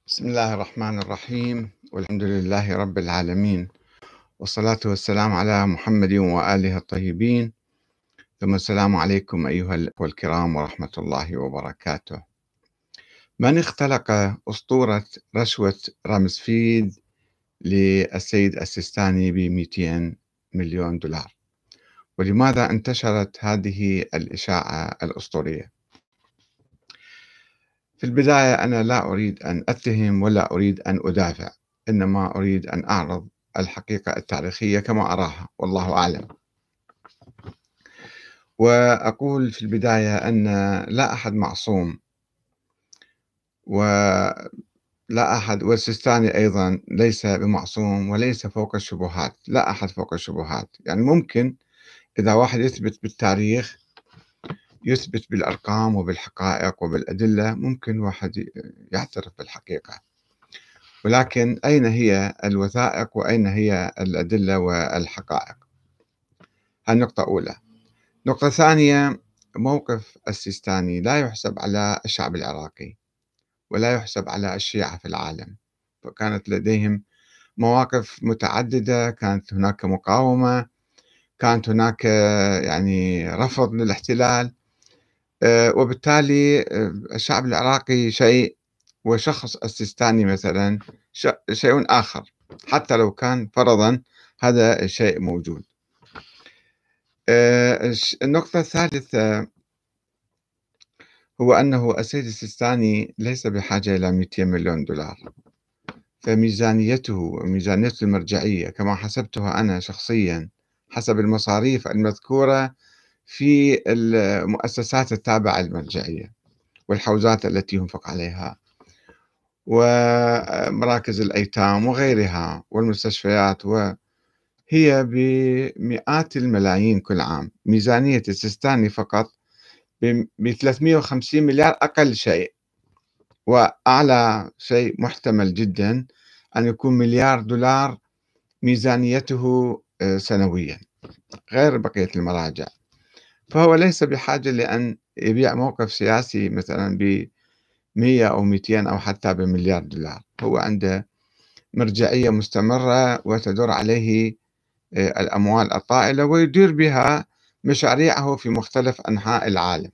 بسم الله الرحمن الرحيم والحمد لله رب العالمين والصلاة والسلام على محمد وآله الطيبين ثم السلام عليكم أيها الأخوة الكرام ورحمة الله وبركاته. من اختلق أسطورة رشوة رامسفيلد للسيد السيستاني ب200 مليون دولار؟ ولماذا انتشرت هذه الإشاعة الأسطورية؟ في البداية أنا لا أريد أن أتهم ولا أريد أن أدافع، إنما أريد أن أعرض الحقيقة التاريخية كما أراها والله أعلم. وأقول في البداية أن لا أحد معصوم، ولا أحد، والسيستاني أيضا ليس بمعصوم وليس فوق الشبهات، لا أحد فوق الشبهات. يعني ممكن إذا واحد يثبت بالتاريخ، يثبت بالأرقام وبالحقائق وبالأدلة، ممكن واحد يعترف بالحقيقة، ولكن أين هي الوثائق وأين هي الأدلة والحقائق؟ النقطة أولى. نقطة ثانية، موقف السيستاني لا يحسب على الشعب العراقي ولا يحسب على الشيعة في العالم، فكانت لديهم مواقف متعددة، كانت هناك مقاومة، كانت هناك يعني رفض للاحتلال، وبالتالي الشعب العراقي شيء وشخص السيستاني مثلا شيء آخر، حتى لو كان فرضا هذا الشيء موجود. النقطة الثالثة هو أنه السيد السيستاني ليس بحاجة إلى 200 مليون دولار، فميزانيته ميزانية المرجعية كما حسبتها أنا شخصيا حسب المصاريف المذكورة في المؤسسات التابعة للمرجعية والحوزات التي ينفق عليها ومراكز الأيتام وغيرها والمستشفيات، وهي بمئات الملايين كل عام. ميزانية السيستاني فقط ب 350 مليار أقل شيء، وأعلى شيء محتمل جدا أن يكون مليار دولار ميزانيته سنويا، غير بقية المراجع. فهو ليس بحاجة لأن يبيع موقف سياسي مثلا ب 100 أو 200 أو حتى بمليار دولار. هو عنده مرجعية مستمرة وتدور عليه الأموال الطائلة ويدير بها مشاريعه في مختلف أنحاء العالم.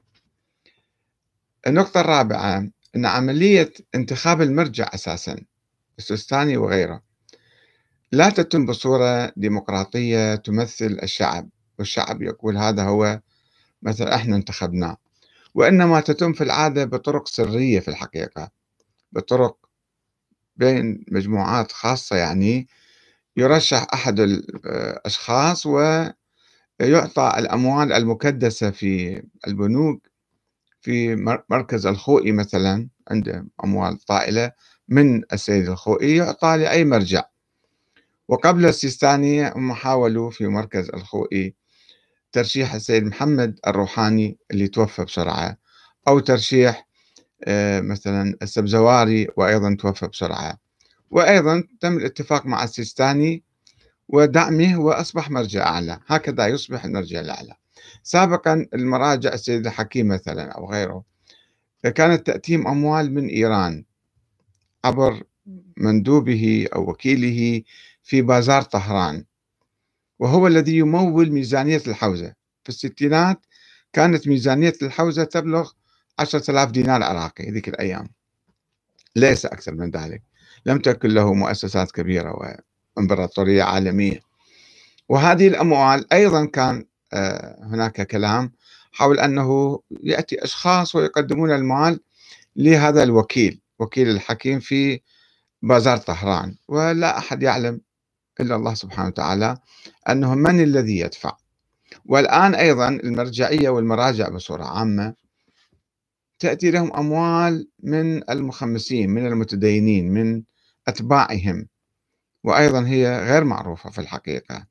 النقطة الرابعة، أن عملية انتخاب المرجع أساسا السيستاني وغيره لا تتم بصورة ديمقراطية تمثل الشعب، والشعب يقول هذا هو مثلا احنا انتخبناه، وإنما تتم في العادة بطرق سرية، في الحقيقة بطرق بين مجموعات خاصة. يعني يرشح أحد الأشخاص ويعطى الأموال المكدسة في البنوك، في مركز الخوئي مثلا عنده أموال طائلة من السيد الخوئي يعطى لأي مرجع. وقبل السيستاني هم حاولوا في مركز الخوئي ترشيح السيد محمد الروحاني اللي توفى بسرعة، أو ترشيح مثلا السبزواري وأيضا توفى بسرعة، وأيضا تم الاتفاق مع السيستاني ودعمه وأصبح مرجع أعلى، هكذا يصبح المرجع الأعلى. سابقا المراجع السيد الحكيم مثلا أو غيره كانت تأتيهم أموال من إيران عبر مندوبه أو وكيله في بازار طهران، وهو الذي يمول ميزانية الحوزة. في الستينات كانت ميزانية الحوزة تبلغ 10,000 دينار عراقي ذيك الأيام، ليس أكثر من ذلك. لم تكن له مؤسسات كبيرة وإمبراطورية عالمية. وهذه الأموال أيضا كان هناك كلام حول أنه يأتي أشخاص ويقدمون المال لهذا الوكيل، وكيل الحكيم في بازار طهران، ولا أحد يعلم إلا الله سبحانه وتعالى أنه من الذي يدفع. والآن أيضا المرجعية والمراجع بصورة عامة تأتي لهم أموال من المخمسين، من المتدينين، من أتباعهم، وأيضا هي غير معروفة في الحقيقة.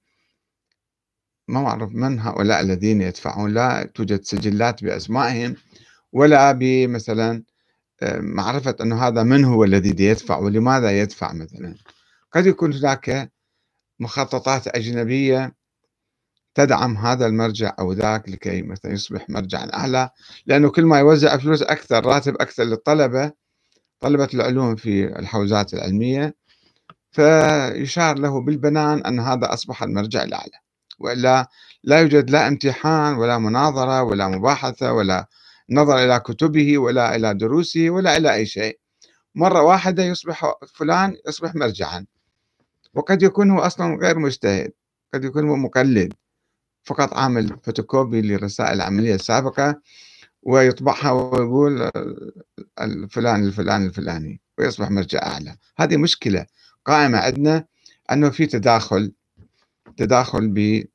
ما معروف من هؤلاء الذين يدفعون، لا توجد سجلات بأسمائهم ولا بمثلا معرفة أنه هذا من هو الذي يدفع ولماذا يدفع. مثلا قد يكون هناك مخططات أجنبية تدعم هذا المرجع أو ذاك لكي مثلا يصبح مرجعا أعلى، لأنه كل ما يوزع فلوس أكثر، راتب أكثر للطلبة، طلبة العلوم في الحوزات العلمية، فيشار له بالبنان أن هذا أصبح المرجع الأعلى، وإلا لا يوجد لا امتحان ولا مناظرة ولا مباحثة ولا نظر إلى كتبه ولا إلى دروسه ولا إلى أي شيء، مرة واحدة يصبح فلان يصبح مرجعا، وقد يكون هو أصلا غير مجتهد، قد يكون هو مقلد، فقط عامل فوتوكوبي للرسائل العملية السابقة ويطبعها ويقول الفلان الفلاني الفلاني ويصبح مرجع أعلى. هذه مشكلة قائمة عندنا، أنه في تداخل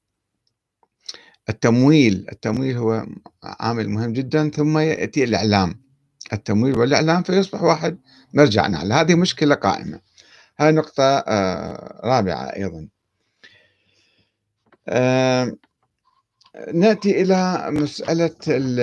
بالتمويل. التمويل هو عامل مهم جدا، ثم يأتي الإعلام، التمويل والإعلام، فيصبح واحد مرجع أعلى. هذه مشكلة قائمة. هاي نقطة رابعة أيضا. نأتي إلى مسألة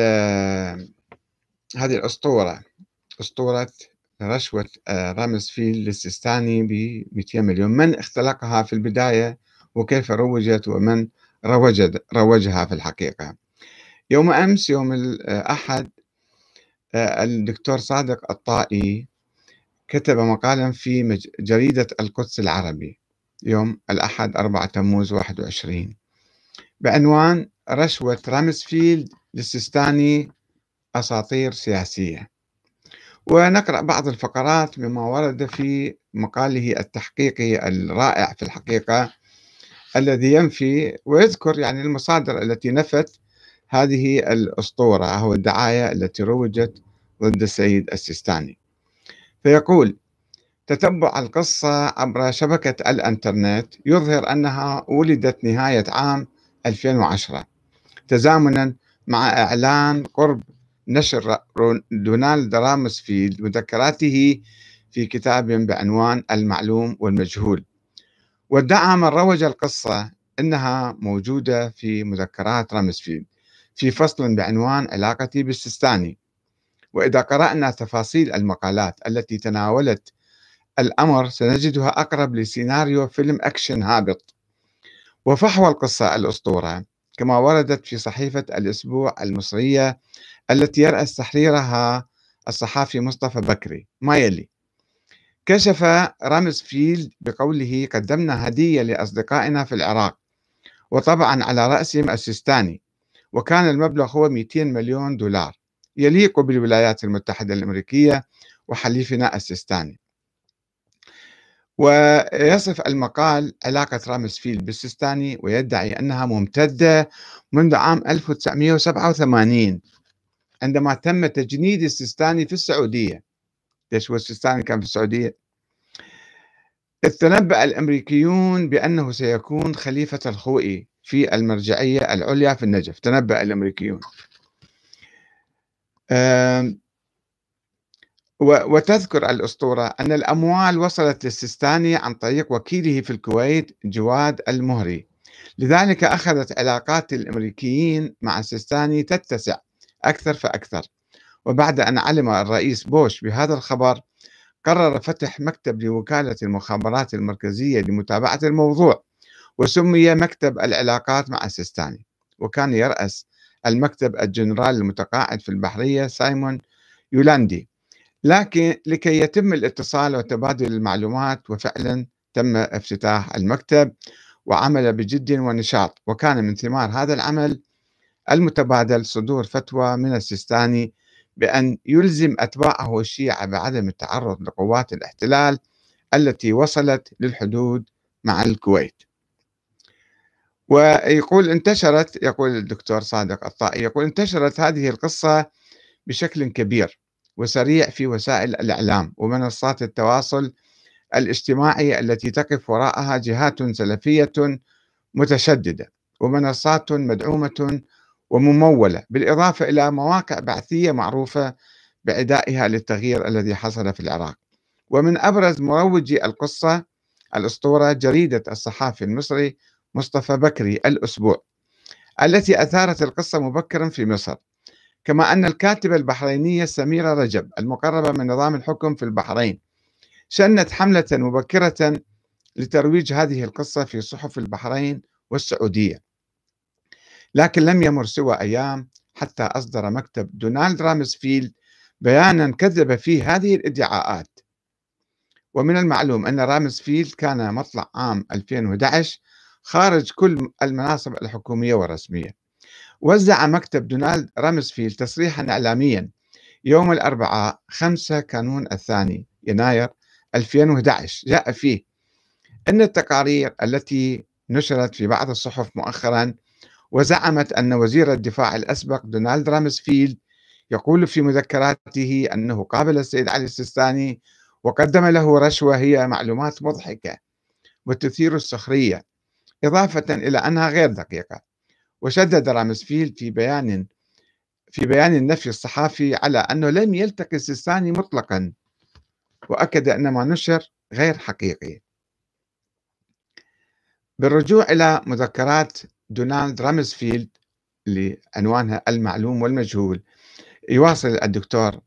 هذه الأسطورة، أسطورة رشوة رامسفيلد السيستاني ب200 مليون. من اختلقها في البداية وكيف روجت ومن روجها في الحقيقة؟ يوم أمس يوم الأحد الدكتور صادق الطائي كتب مقالا في جريدة القدس العربي يوم الأحد 4 تموز 21 بعنوان رشوة رامسفيلد للسيستاني أساطير سياسية. ونقرأ بعض الفقرات مما ورد في مقاله التحقيقي الرائع في الحقيقة، الذي ينفي ويذكر يعني المصادر التي نفت هذه الأسطورة أو الدعاية التي روجت ضد السيد السيستاني. فيقول: تتبع القصة عبر شبكة الإنترنت يظهر أنها ولدت نهاية عام 2010 تزامنا مع إعلان قرب نشر دونالد رامسفيلد مذكراته في كتاب بعنوان المعلوم والمجهول. وادعى من روج القصة أنها موجودة في مذكرات رامسفيلد في فصل بعنوان علاقتي بالسيستاني. وإذا قرأنا تفاصيل المقالات التي تناولت الأمر سنجدها أقرب لسيناريو فيلم أكشن هابط. وفحوى القصة الأسطورة كما وردت في صحيفة الأسبوع المصرية التي يرأس تحريرها الصحافي مصطفى بكري ما يلي: كشف رامسفيلد بقوله: قدمنا هدية لأصدقائنا في العراق، وطبعا على رأسهم السيستاني، وكان المبلغ هو 200 مليون دولار يليق بالولايات المتحدة الأمريكية وحليفنا السيستاني. ويصف المقال علاقة رامسفيلد بالسيستاني ويدعي أنها ممتدة منذ عام 1987 عندما تم تجنيد السيستاني في السعودية. ليش هو السيستاني كان في السعودية؟ إذ تنبأ الأمريكيون بأنه سيكون خليفة الخوئي في المرجعية العليا في النجف. تنبأ الأمريكيون. وتذكر الأسطورة أن الأموال وصلت للسيستاني عن طريق وكيله في الكويت جواد المهري، لذلك أخذت علاقات الأمريكيين مع السيستاني تتسع أكثر فأكثر. وبعد أن علم الرئيس بوش بهذا الخبر قرر فتح مكتب لوكالة المخابرات المركزية لمتابعة الموضوع، وسمي مكتب العلاقات مع السيستاني. وكان يرأس المكتب الجنرال المتقاعد في البحرية سايمون يولاندي، لكن لكي يتم الاتصال وتبادل المعلومات. وفعلا تم افتتاح المكتب وعمل بجد ونشاط، وكان من ثمار هذا العمل المتبادل صدور فتوى من السيستاني بأن يلزم أتباعه الشيعة بعدم التعرض لقوات الاحتلال التي وصلت للحدود مع الكويت. ويقول يقول الدكتور صادق الطائي، يقول انتشرت هذه القصة بشكل كبير وسريع في وسائل الإعلام ومنصات التواصل الاجتماعي التي تقف وراءها جهات سلفية متشددة ومنصات مدعومة وممولة، بالإضافة إلى مواقع بعثية معروفة بعدائها للتغيير الذي حصل في العراق. ومن أبرز مروجي القصة الأسطورة جريدة الصحافي المصري مصطفى بكري الأسبوع، التي أثارت القصة مبكرا في مصر، كما أن الكاتبة البحرينية سميرة رجب المقربة من نظام الحكم في البحرين شنت حملة مبكرة لترويج هذه القصة في صحف البحرين والسعودية. لكن لم يمر سوى أيام حتى أصدر مكتب دونالد رامسفيلد بيانا كذب فيه هذه الادعاءات. ومن المعلوم أن رامسفيلد كان مطلع عام 2011 خارج كل المناصب الحكومية والرسمية. وزع مكتب دونالد رامسفيلد تصريحا إعلاميا يوم الأربعاء 5 كانون الثاني يناير 2011 جاء فيه أن التقارير التي نشرت في بعض الصحف مؤخرا وزعمت أن وزير الدفاع الأسبق دونالد رامسفيلد يقول في مذكراته أنه قابل السيد علي السيستاني وقدم له رشوة هي معلومات مضحكة وتثير السخرية، إضافة إلى أنها غير دقيقة. وشدد رامسفيلد في بيان النفي الصحافي على أنه لم يلتقي السيستاني مطلقا، وأكد أن ما نشر غير حقيقي. بالرجوع إلى مذكرات دونالد رامسفيلد اللي عنوانها المعلوم والمجهول، يواصل الدكتور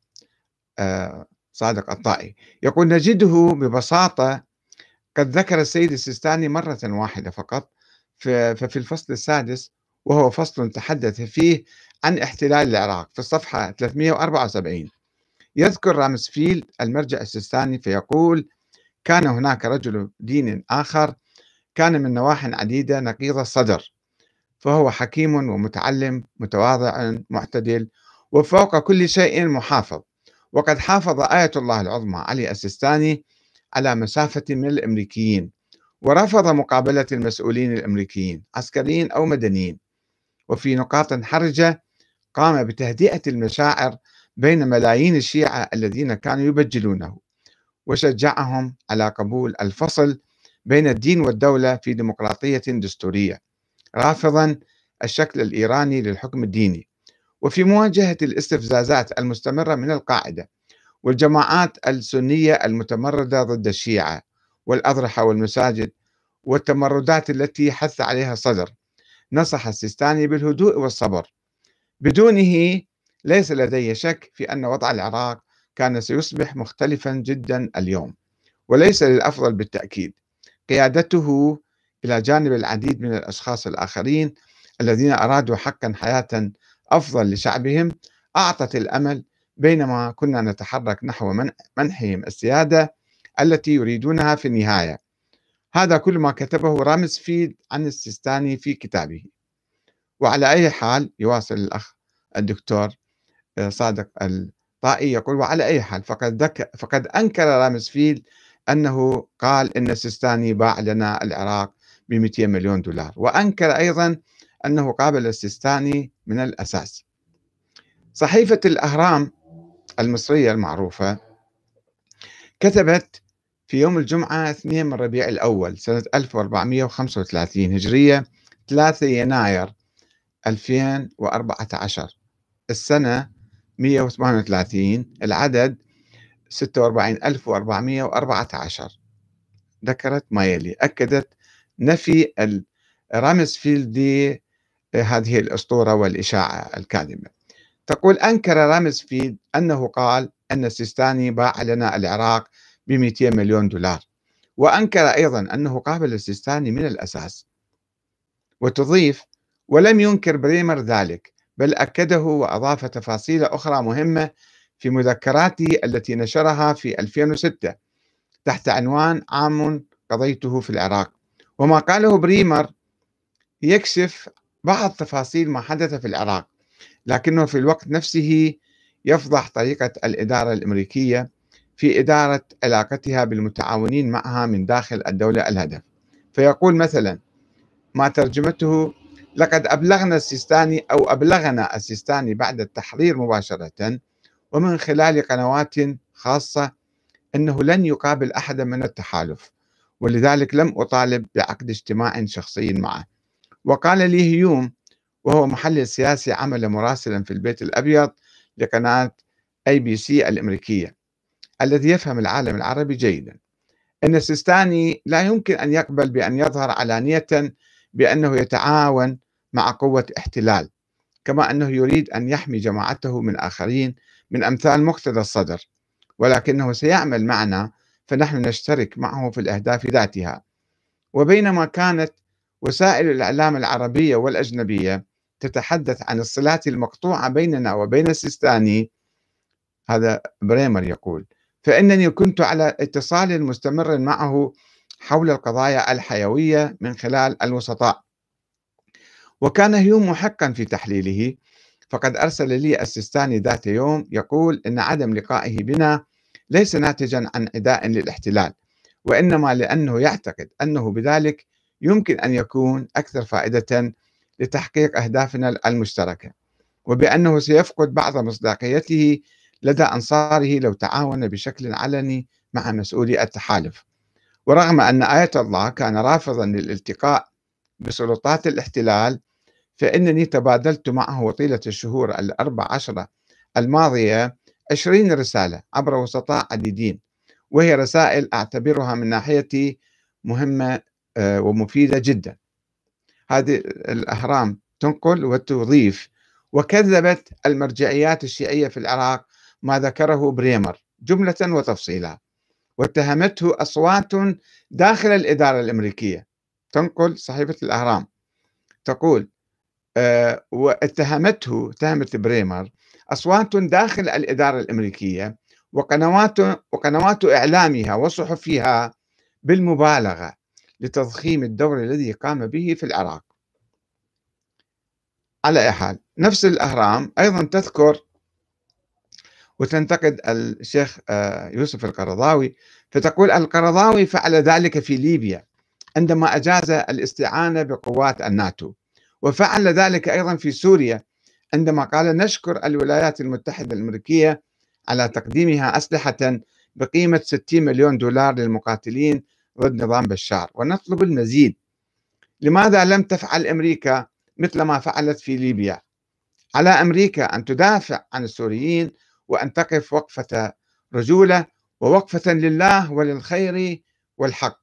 صادق الطائي يقول: نجده ببساطة قد ذكر السيد السيستاني مرة واحدة فقط ففي الفصل السادس، وهو فصل تحدث فيه عن احتلال العراق في الصفحة 374. يذكر رامسفيلد المرجع السيستاني فيقول: كان هناك رجل دين آخر كان من نواح عديدة نقيض الصدر، فهو حكيم ومتعلم متواضع معتدل وفوق كل شيء محافظ، وقد حافظ آية الله العظمى علي السيستاني على مسافة من الأمريكيين، ورفض مقابلة المسؤولين الأمريكيين عسكريين أو مدنيين، وفي نقاط حرجة قام بتهدئة المشاعر بين ملايين الشيعة الذين كانوا يبجلونه، وشجعهم على قبول الفصل بين الدين والدولة في ديمقراطية دستورية، رافضا الشكل الإيراني للحكم الديني، وفي مواجهة الاستفزازات المستمرة من القاعدة والجماعات السنية المتمردة ضد الشيعة والأضرحة والمساجد والتمردات التي حث عليها الصدر. نصح السيستاني بالهدوء والصبر. بدونه ليس لدي شك في أن وضع العراق كان سيصبح مختلفا جدا اليوم، وليس للأفضل بالتأكيد. قيادته إلى جانب العديد من الأشخاص الآخرين الذين أرادوا حقا حياة أفضل لشعبهم أعطت الأمل، بينما كنا نتحرك نحو منحهم السيادة التي يريدونها في النهاية. هذا كل ما كتبه رامسفيلد عن السيستاني في كتابه. وعلى أي حال، يواصل الأخ الدكتور صادق الطائي يقول: وعلى أي حال فقد أنكر رامسفيلد أنه قال إن السيستاني باع لنا العراق ب200 مليون دولار، وأنكر أيضا أنه قابل السيستاني من الأساس. صحيفة الأهرام المصرية المعروفة كتبت في يوم الجمعة 2 من ربيع الأول سنة 1435 هجرية 3 يناير 2014 السنة 138 العدد 46414. ذكرت ما يلي، أكدت نفي رامسفيلد هذه الأسطورة والإشاعة الكاذبة. تقول: أنكر رامسفيلد أنه قال أن السيستاني باع لنا العراق ب200 مليون دولار، وأنكر أيضا أنه قابل السيستاني من الأساس. وتضيف: ولم ينكر بريمر ذلك، بل أكده وأضاف تفاصيل أخرى مهمة في مذكراته التي نشرها في 2006 تحت عنوان عام قضيته في العراق. وما قاله بريمر يكشف بعض تفاصيل ما حدث في العراق، لكنه في الوقت نفسه يفضح طريقة الإدارة الأمريكية في إدارة علاقتها بالمتعاونين معها من داخل الدولة الهدف. فيقول مثلا ما ترجمته: لقد أبلغنا السيستاني بعد التحرير مباشرة ومن خلال قنوات خاصة أنه لن يقابل أحدا من التحالف، ولذلك لم أطالب بعقد اجتماع شخصي معه. وقال لي هيوم، وهو محلل سياسي عمل مراسلا في البيت الأبيض لقناة ABC الأمريكية الذي يفهم العالم العربي جيدا، أن السيستاني لا يمكن أن يقبل بأن يظهر علانية بأنه يتعاون مع قوة احتلال، كما أنه يريد أن يحمي جماعته من آخرين من أمثال مقتدى الصدر، ولكنه سيعمل معنا فنحن نشترك معه في الأهداف ذاتها. وبينما كانت وسائل الإعلام العربية والأجنبية تتحدث عن الصلات المقطوعة بيننا وبين السيستاني، هذا بريمر يقول: فإنني كنت على اتصال مستمر معه حول القضايا الحيوية من خلال الوسطاء، وكان هيوم محقا في تحليله، فقد أرسل لي السيستاني ذات يوم يقول إن عدم لقائه بنا ليس ناتجا عن عداء للاحتلال، وإنما لأنه يعتقد أنه بذلك يمكن أن يكون أكثر فائدة لتحقيق أهدافنا المشتركة، وبأنه سيفقد بعض مصداقيته لدى أنصاره لو تعاون بشكل علني مع مسؤولي التحالف. ورغم أن آية الله كان رافضا للالتقاء بسلطات الاحتلال، فإنني تبادلت معه طيلة الشهور 14 الماضية 20 رسالة عبر وسطاء عديدين، وهي رسائل أعتبرها من ناحيتي مهمة ومفيدة جدا. هذه الأهرام تنقل وتضيف: وكذبت المرجعيات الشيعية في العراق ما ذكره بريمر جملة وتفصيلا، واتهمته أصوات داخل الإدارة الأمريكية. تنقل صحيفة الأهرام تقول: اتهمت بريمر أصوات داخل الإدارة الأمريكية وقنوات إعلامها وصحفها بالمبالغة لتضخيم الدور الذي قام به في العراق. على أي حال، نفس الأهرام أيضا تذكر وتنتقد الشيخ يوسف القرضاوي، فتقول: القرضاوي فعل ذلك في ليبيا عندما أجاز الاستعانة بقوات الناتو، وفعل ذلك أيضا في سوريا عندما قال: نشكر الولايات المتحدة الأمريكية على تقديمها أسلحة بقيمة 60 مليون دولار للمقاتلين ضد نظام بشار، ونطلب المزيد. لماذا لم تفعل أمريكا مثل ما فعلت في ليبيا؟ على أمريكا أن تدافع عن السوريين وأن تقف وقفة رجولة ووقفة لله وللخير والحق.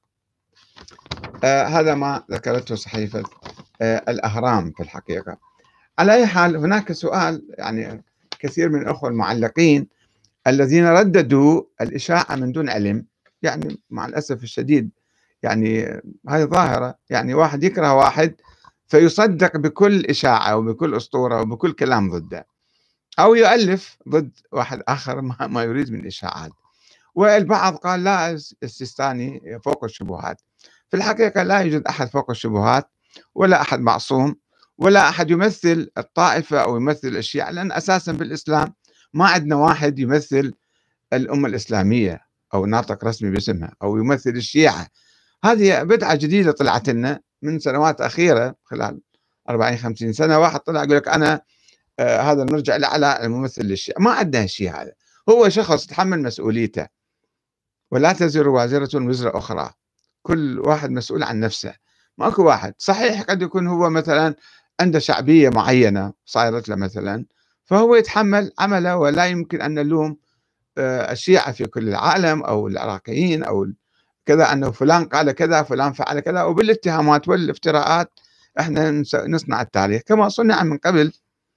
هذا ما ذكرته صحيفة الأهرام في الحقيقة. على أي حال، هناك سؤال، يعني كثير من الأخوة المعلقين الذين رددوا الإشاعة من دون علم، يعني مع الأسف الشديد، يعني هذه ظاهرة، يعني واحد يكره واحد فيصدق بكل إشاعة وبكل أسطورة وبكل كلام ضده، أو يؤلف ضد واحد آخر ما يريد من إشاعات. والبعض قال: لا، السيستاني فوق الشبهات. في الحقيقة لا يوجد أحد فوق الشبهات، ولا أحد معصوم، ولا أحد يمثل الطائفة أو يمثل الشيعة، لأن أساسا بالإسلام ما عندنا واحد يمثل الأمة الإسلامية أو ناطق رسمي باسمها أو يمثل الشيعة. هذه بدعة جديدة طلعت لنا من سنوات أخيرة، خلال 40-50 سنة واحد طلع يقول لك: أنا هذا المرجع الأعلى الممثل للشيعة. ما عندنا شيء، هذا هو شخص يتحمل مسؤوليته، ولا تزر وازرة وزر أخرى، كل واحد مسؤول عن نفسه. ماكو واحد صحيح قد يكون هو مثلا عنده شعبية معينة صايرت له مثلا، فهو يتحمل عمله، ولا يمكن أن نلوم الشيعة في كل العالم أو العراقيين أو كذا أنه فلان قال كذا فلان فعل كذا، وبالاتهامات والافتراءات احنا نصنع التاريخ كما صنع من قبل.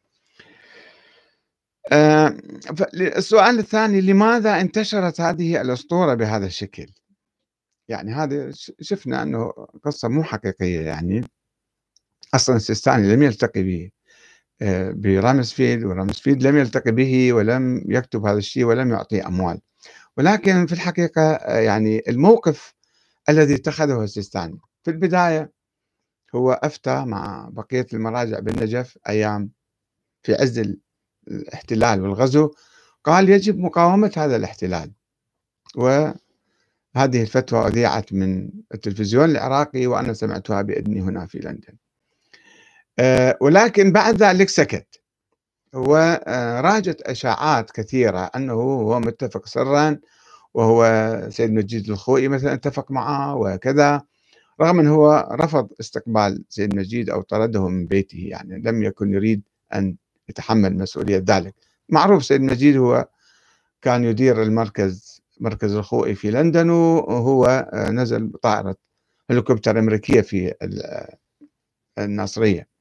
السؤال الثاني: لماذا انتشرت هذه الأسطورة بهذا الشكل؟ يعني هذه شفنا أنه قصة مو حقيقية. يعني أصلا السيستاني لم يلتقي به برامسفيلد، ورامسفيلد لم يلتقي به ولم يكتب هذا الشيء ولم يعطيه أموال. ولكن في الحقيقة يعني الموقف الذي اتخذه السيستاني في البداية هو أفتى مع بقية المراجع بالنجف أيام في عز الاحتلال والغزو، قال: يجب مقاومة هذا الاحتلال. وهذه الفتوى أذيعت من التلفزيون العراقي وأنا سمعتها بإذني هنا في لندن. ولكن بعد ذلك سكت، وراجت إشاعات كثيرة أنه هو متفق سرا، وهو سيد مجيد الخوئي مثلا اتفق معه وكذا، رغم أنه هو رفض استقبال سيد مجيد أو طرده من بيته، يعني لم يكن يريد أن يتحمل مسؤولية ذلك. معروف سيد مجيد هو كان يدير مركز الخوئي في لندن، وهو نزل بطائرة هليكوبتر أمريكية في الناصرية.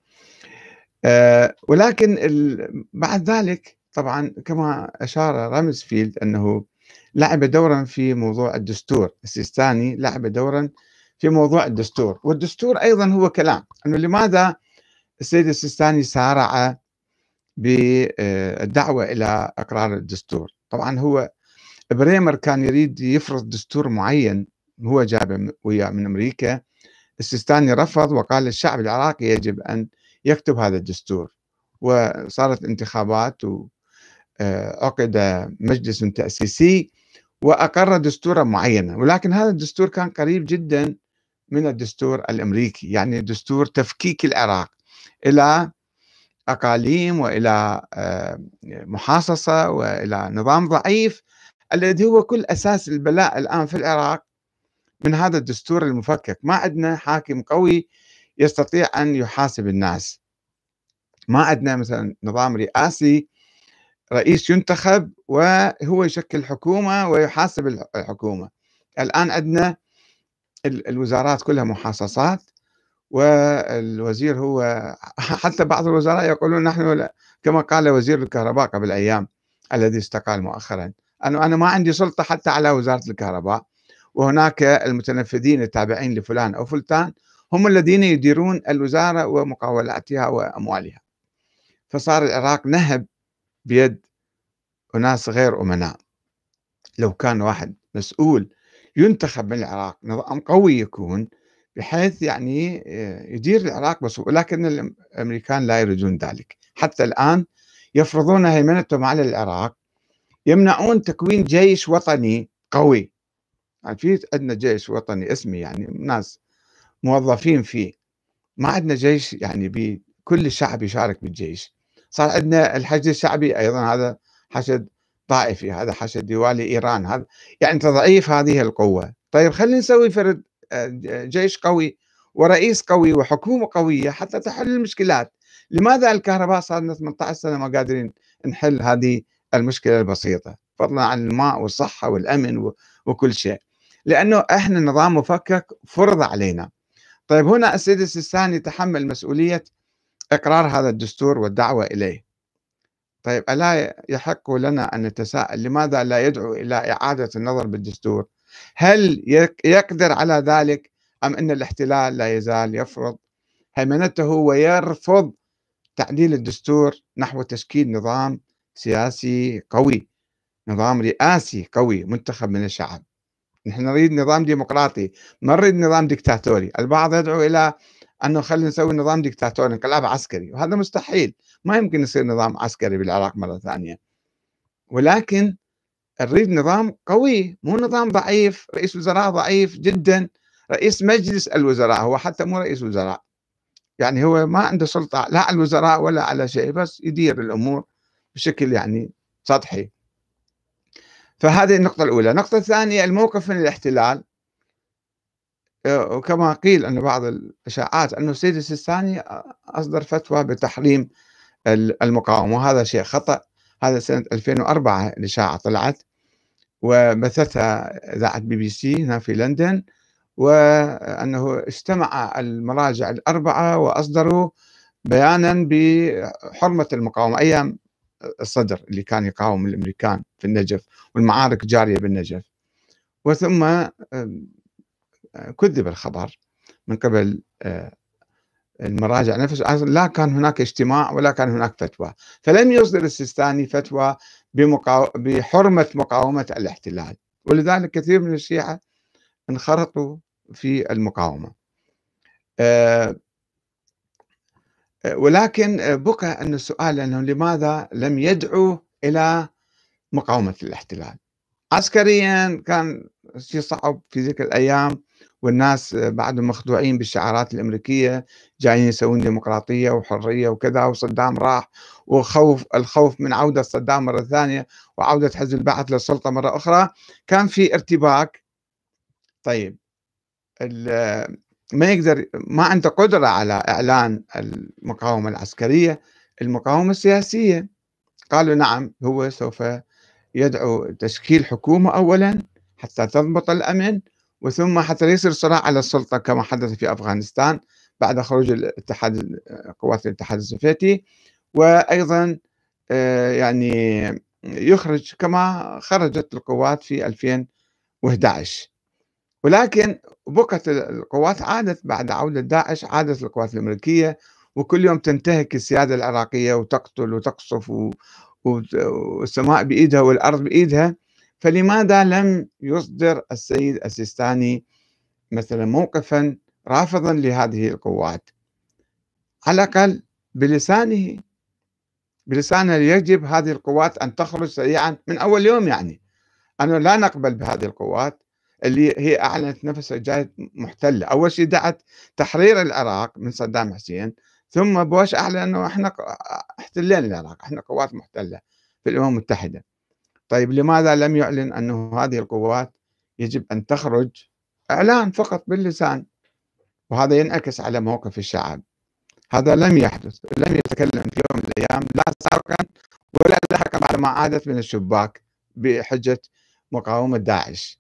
ولكن بعد ذلك طبعا كما أشار رامسفيلد أنه لعب دورا في موضوع الدستور. السيستاني لعب دورا في موضوع الدستور، والدستور أيضا هو كلام أنه لماذا السيد السيستاني سارع بالدعوة إلى إقرار الدستور. طبعا هو بريمر كان يريد يفرض دستور معين هو جابه وياه من أمريكا. السيستاني رفض وقال الشعب العراقي يجب أن يكتب هذا الدستور، وصارت انتخابات وعقد مجلس تأسيسي وأقر دستورا معينا، ولكن هذا الدستور كان قريب جدا من الدستور الأمريكي، يعني دستور تفكيك العراق إلى أقاليم وإلى محاصصة وإلى نظام ضعيف، الذي هو كل أساس البلاء الآن في العراق من هذا الدستور المفكك. ما عندنا حاكم قوي يستطيع أن يحاسب الناس، ما عندنا مثلا نظام رئاسي، رئيس ينتخب وهو يشكل حكومة ويحاسب الحكومة. الآن عندنا الوزارات كلها محاصصات، والوزير هو حتى بعض الوزراء يقولون نحن كما قال وزير الكهرباء قبل أيام الذي استقال مؤخرا، أنا ما عندي سلطة حتى على وزارة الكهرباء، وهناك المتنفذين التابعين لفلان أو فلتان هم الذين يديرون الوزارة ومقاولاتها وأموالها. فصار العراق نهب بيد أناس غير أمناء. لو كان واحد مسؤول ينتخب من العراق، نظام قوي يكون بحيث يعني يدير العراق بس، ولكن الأمريكان لا يريدون ذلك. حتى الآن يفرضون هيمنتهم على العراق، يمنعون تكوين جيش وطني قوي. يعني في عندنا جيش وطني اسمي، يعني ناس موظفين فيه، ما عندنا جيش يعني بكل الشعب يشارك بالجيش. صار عندنا الحشد الشعبي أيضا، هذا حشد طائفي، هذا حشد يوالي إيران، هذا يعني تضعيف هذه القوة. طيب خلينا نسوي فرد جيش قوي ورئيس قوي وحكومة قوية حتى تحل المشكلات. لماذا الكهرباء صار لنا 18 سنة ما قادرين نحل هذه المشكلة البسيطة، فضلا عن الماء والصحة والأمن وكل شيء؟ لأنه إحنا نظام مفكك فرض علينا. طيب هنا السيد السيستاني تحمل مسؤولية إقرار هذا الدستور والدعوة إليه. طيب ألا يحق لنا أن نتساءل لماذا لا يدعو إلى إعادة النظر بالدستور؟ هل يقدر على ذلك، أم أن الاحتلال لا يزال يفرض هيمنته ويرفض تعديل الدستور نحو تشكيل نظام سياسي قوي، نظام رئاسي قوي منتخب من الشعب؟ نحن نريد نظام ديمقراطي، ما نريد نظام ديكتاتوري. البعض يدعو إلى أنه خلينا نسوي نظام ديكتاتوري، انقلاب عسكري، وهذا مستحيل، ما يمكن يصير نظام عسكري بالعراق مرة ثانية. ولكن نريد نظام قوي، مو نظام ضعيف، رئيس وزراء ضعيف جدا، رئيس مجلس الوزراء هو حتى مو رئيس وزراء، يعني هو ما عنده سلطة لا على الوزراء ولا على شيء، بس يدير الأمور بشكل يعني سطحي. فهذه النقطة الأولى. النقطة الثانية الموقف من الاحتلال. وكما قيل أن بعض الإشاعات أنه السيد السيستاني أصدر فتوى بتحريم المقاومة، وهذا شيء خطأ. هذا سنة 2004 الإشاعة طلعت وبثتها إذاعة BBC هنا في لندن، وأنه اجتمع المراجع الأربعة وأصدروا بيانا بحرمة المقاومة أيام الصدر اللي كان يقاوم الأمريكان في النجف والمعارك جارية بالنجف. وثم كذب الخبر من قبل المراجع نفسه، لا كان هناك اجتماع ولا كان هناك فتوى، فلم يصدر السيستاني فتوى بحرمة مقاومة الاحتلال، ولذلك كثير من الشيعة انخرطوا في المقاومة. ولكن بقى أن السؤال أنه لماذا لم يدعو إلى مقاومة الاحتلال؟ عسكريا كان شيء صعب في ذيك الأيام، والناس بعدهم مخدوعين بالشعارات الأمريكية، جايين يسوون ديمقراطية وحرية وكذا، وصدام راح، الخوف من عودة صدام مرة ثانية وعودة حزب البعث للسلطة مرة أخرى، كان في ارتباك. طيب ما عنده قدرة على إعلان المقاومة العسكرية، المقاومة السياسية. قالوا نعم، هو سوف يدعو تشكيل حكومة أولا حتى تضبط الأمن، وثم حتى يصير صراع على السلطة كما حدث في أفغانستان بعد خروج قوات الاتحاد السوفيتي، وأيضا يعني يخرج كما خرجت القوات في 2011. ولكن بقت القوات، عادت بعد عودة داعش، عادت القوات الأمريكية، وكل يوم تنتهك السيادة العراقية وتقتل وتقصف والسماء بإيدها والأرض بإيدها، فلماذا لم يصدر السيد السيستاني مثلا موقفا رافضا لهذه القوات، على الأقل بلسانه، بلسانه يجب هذه القوات أن تخرج سريعا من أول يوم، يعني أنه لا نقبل بهذه القوات اللي هي أعلنت نفسها جاية محتلة. أول شيء دعت تحرير العراق من صدام حسين، ثم بوش أعلن أنه إحنا احتلينا العراق، إحنا قوات محتلة في الأمم المتحدة. طيب لماذا لم يعلن أنه هذه القوات يجب أن تخرج؟ إعلان فقط باللسان، وهذا ينعكس على موقف الشعب. هذا لم يحدث، لم يتكلم في يوم من الأيام لا سابقا ولا لاحقا بعد ما عادت من الشباك بحجة مقاومة داعش،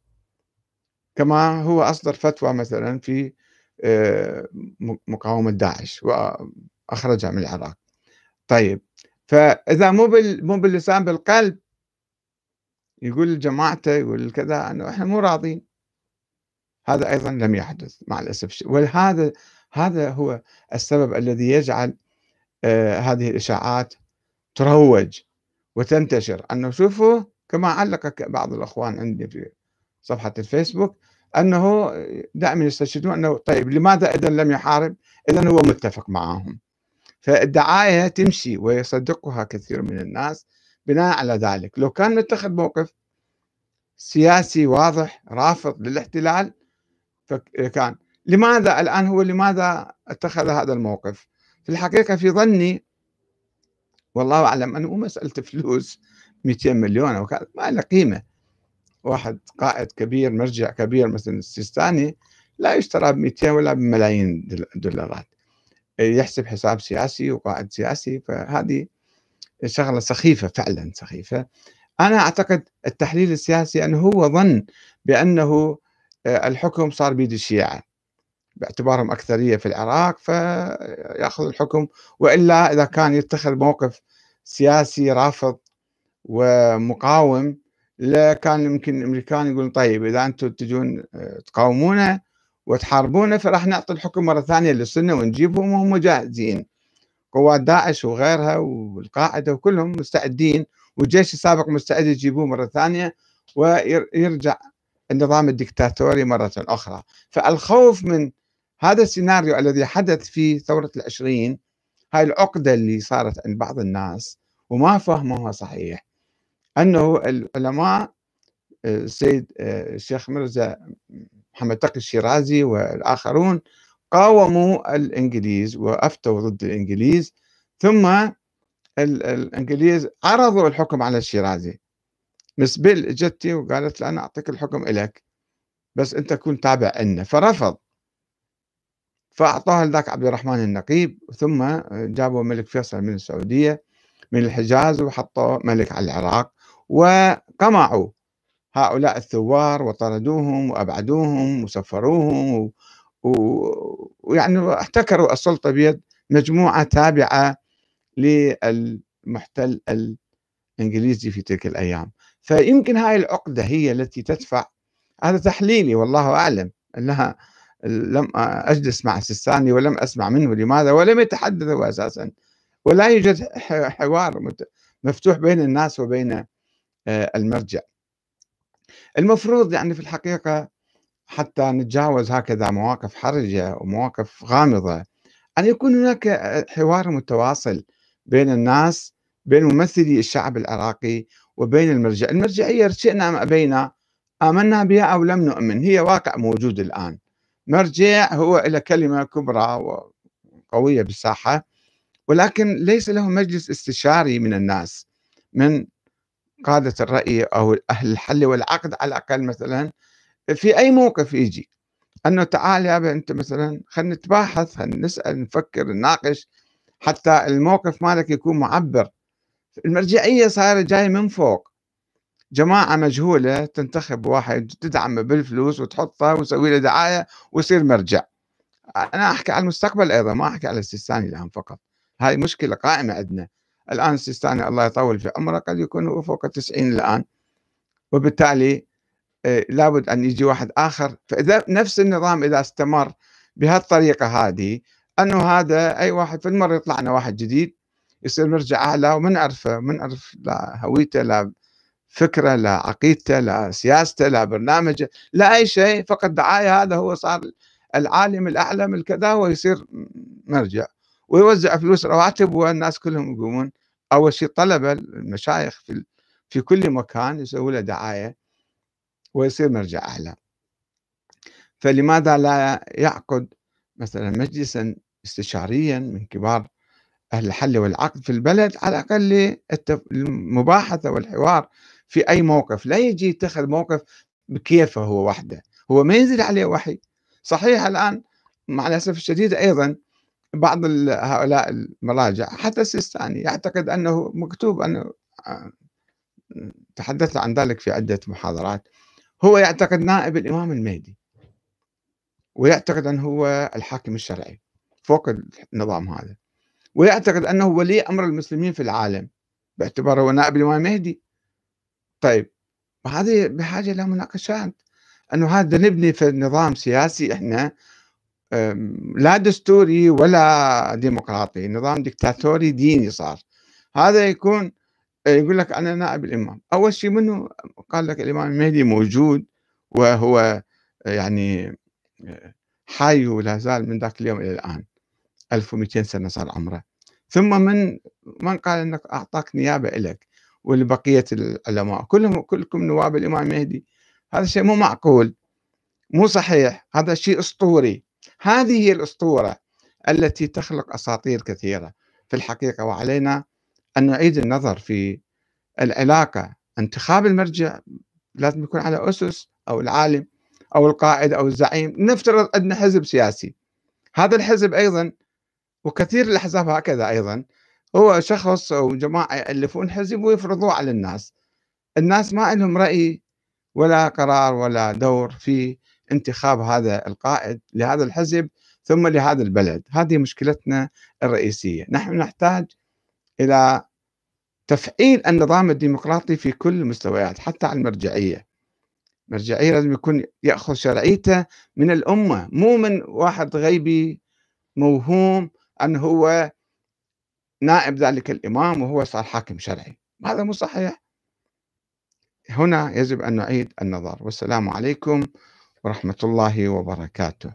كما هو أصدر فتوى مثلا في آه، مقاومة داعش وأخرجها من العراق. طيب، فإذا مو باللسان بالقلب يقول لجماعته، يقول كذا أنه إحنا مو راضين، هذا أيضا لم يحدث مع الأسف. هذا هو السبب الذي يجعل هذه الإشاعات تروج وتنتشر، أنه شوفوا كما علق بعض الأخوان عندي في صفحة الفيسبوك أنه دائما يستشهدون أنه طيب لماذا إذا لم يحارب، إذا هو متفق معهم. فالدعاية تمشي ويصدقها كثير من الناس بناء على ذلك. لو كان متخذ موقف سياسي واضح رافض للاحتلال فكان، لماذا الآن هو لماذا اتخذ هذا الموقف؟ في الحقيقة في ظني والله أعلم أنه مو مسألة فلوس 200 مليون أو كذا، ما له قيمة. واحد قائد كبير مرجع كبير مثل السيستاني لا يشترى ب200 ولا بملايين دولارات، يحسب حساب سياسي وقائد سياسي، فهذه شغلة سخيفة، فعلا سخيفة. أنا أعتقد التحليل السياسي أنه هو ظن بأنه الحكم صار بيد الشيعة باعتبارهم أكثرية في العراق فيأخذ الحكم، وإلا إذا كان يتخذ موقف سياسي رافض ومقاوم لكان يمكن الأمريكان يقولون طيب إذا أنتم تجون تقاومونا وتحاربونا فراح نعطي الحكم مرة ثانية للسنة ونجيبهم وهم جاهزين، قوات داعش وغيرها والقاعدة وكلهم مستعدين، والجيش السابق مستعد يجيبوه مرة ثانية ويرجع النظام الدكتاتوري مرة أخرى. فالخوف من هذا السيناريو الذي حدث في ثورة العشرين، هاي العقدة اللي صارت عند بعض الناس وما فهموها صحيح، أنه العلماء السيد الشيخ مرزا محمد تقي الشيرازي والآخرون قاوموا الإنجليز وأفتوا ضد الإنجليز، ثم الإنجليز عرضوا الحكم على الشيرازي. مسبل اجتي وقالت له أنا أعطيك الحكم إليك بس أنت كن تابع لنا، فرفض، فأعطاها لذاك عبد الرحمن النقيب، ثم جابوا الملك فيصل من السعودية من الحجاز وحطوا ملك على العراق، وقمعوا هؤلاء الثوار وطردوهم وأبعدوهم وسفروهم ويعني احتكروا السلطة بيد مجموعة تابعة للمحتل الإنجليزي في تلك الأيام. فيمكن هاي العقدة هي التي تدفع، هذا تحليلي والله أعلم، أنها لم أجلس مع السيستاني ولم أسمع منه لماذا، ولم يتحدث هو أساسا، ولا يوجد حوار مفتوح بين الناس وبين المرجع. المفروض يعني في الحقيقة حتى نتجاوز هكذا مواقف حرجة ومواقف غامضة أن يكون هناك حوار متواصل بين الناس، بين ممثلي الشعب العراقي وبين المرجع. المرجعية شئنا أم أبينا، آمنا بها أو لم نؤمن، هي واقع موجود الآن. مرجع هو له كلمة كبرى وقوية بالساحة، ولكن ليس له مجلس استشاري من الناس، من قادة الرأي أو أهل الحل والعقد على الأقل، مثلا في أي موقف يجي أنه تعال يا أنت مثلا خلينا نتباحث، خلينا نسأل نفكر نناقش، حتى الموقف مالك يكون معبر. المرجعية صايرة جاية من فوق، جماعة مجهولة تنتخب واحد تدعمه بالفلوس وتحطه وتسوي له دعاية ويصير مرجع. أنا أحكي على المستقبل أيضا، ما أحكي على السيستاني الآن فقط، هاي مشكلة قائمة عندنا الآن. السيستاني الله يطول في عمره قد يكون هو فوق 90 الآن، وبالتالي لابد أن يجي واحد آخر. فإذا نفس النظام إذا استمر بهالطريقة هذه، أنه هذا أي واحد في المرة يطلع لنا واحد جديد يصير مرجع أعلى وما نعرفه، ما نعرف لا هويته لا فكرة لا عقيدته لا سياسته لا برنامجه لا أي شيء، فقط دعاية. هذا هو صار العالم الأعلم الكذا، ويصير مرجع ويوزع فلوس رواتب والناس كلهم يقومون. أول شيء طلبة المشايخ في كل مكان يسووا له دعاية ويصير مرجع أعلى. فلماذا لا يعقد مثلا مجلسا استشاريا من كبار أهل الحل والعقد في البلد، على الأقل المباحثة والحوار في أي موقف، لا يجي يتخذ موقف بكيفه هو وحده، هو ما ينزل عليه وحي. صحيح الآن مع الأسف الشديد أيضا بعض هؤلاء المراجع حتى السيستاني يعتقد أنه مكتوب أنه آه، تحدثت عن ذلك في عدة محاضرات، هو يعتقد نائب الإمام المهدي، ويعتقد أنه هو الحاكم الشرعي فوق النظام هذا، ويعتقد أنه ولي أمر المسلمين في العالم باعتباره هو نائب الإمام المهدي. طيب هذه بحاجة إلى مناقشات، أنه هذا نبني في نظام سياسي إحنا لا دستوري ولا ديمقراطي، نظام ديكتاتوري ديني صار. هذا يكون يقول لك أنا نائب الإمام. أول شيء منه قال لك الإمام المهدي موجود، وهو يعني حي ولا زال من ذاك اليوم إلى الآن، 1200 سنة صار عمره. ثم من قال انك اعطاك نيابه لك ولبقيه العلماء كلكم نواب الامام المهدي؟ هذا شيء مو معقول، مو صحيح، هذا شيء اسطوري. هذه هي الاسطوره التي تخلق اساطير كثيره في الحقيقه، وعلينا ان نعيد النظر في العلاقه. انتخاب المرجع لازم يكون على اسس، او العالم او القائد او الزعيم. نفترض عندنا حزب سياسي، هذا الحزب ايضا وكثير الأحزاب هكذا أيضا، هو شخص أو جماعة يألفون حزب ويفرضوه على الناس. الناس ما لهم رأي ولا قرار ولا دور في انتخاب هذا القائد لهذا الحزب ثم لهذا البلد. هذه مشكلتنا الرئيسية. نحن نحتاج إلى تفعيل النظام الديمقراطي في كل المستويات، حتى على المرجعية. المرجعية لازم يكون يأخذ شرعيته من الأمة، مو من واحد غيبي موهوم أنه هو نائب ذلك الإمام وهو صار حاكم شرعي. هذا مو صحيح. هنا يجب أن نعيد النظر. والسلام عليكم ورحمة الله وبركاته.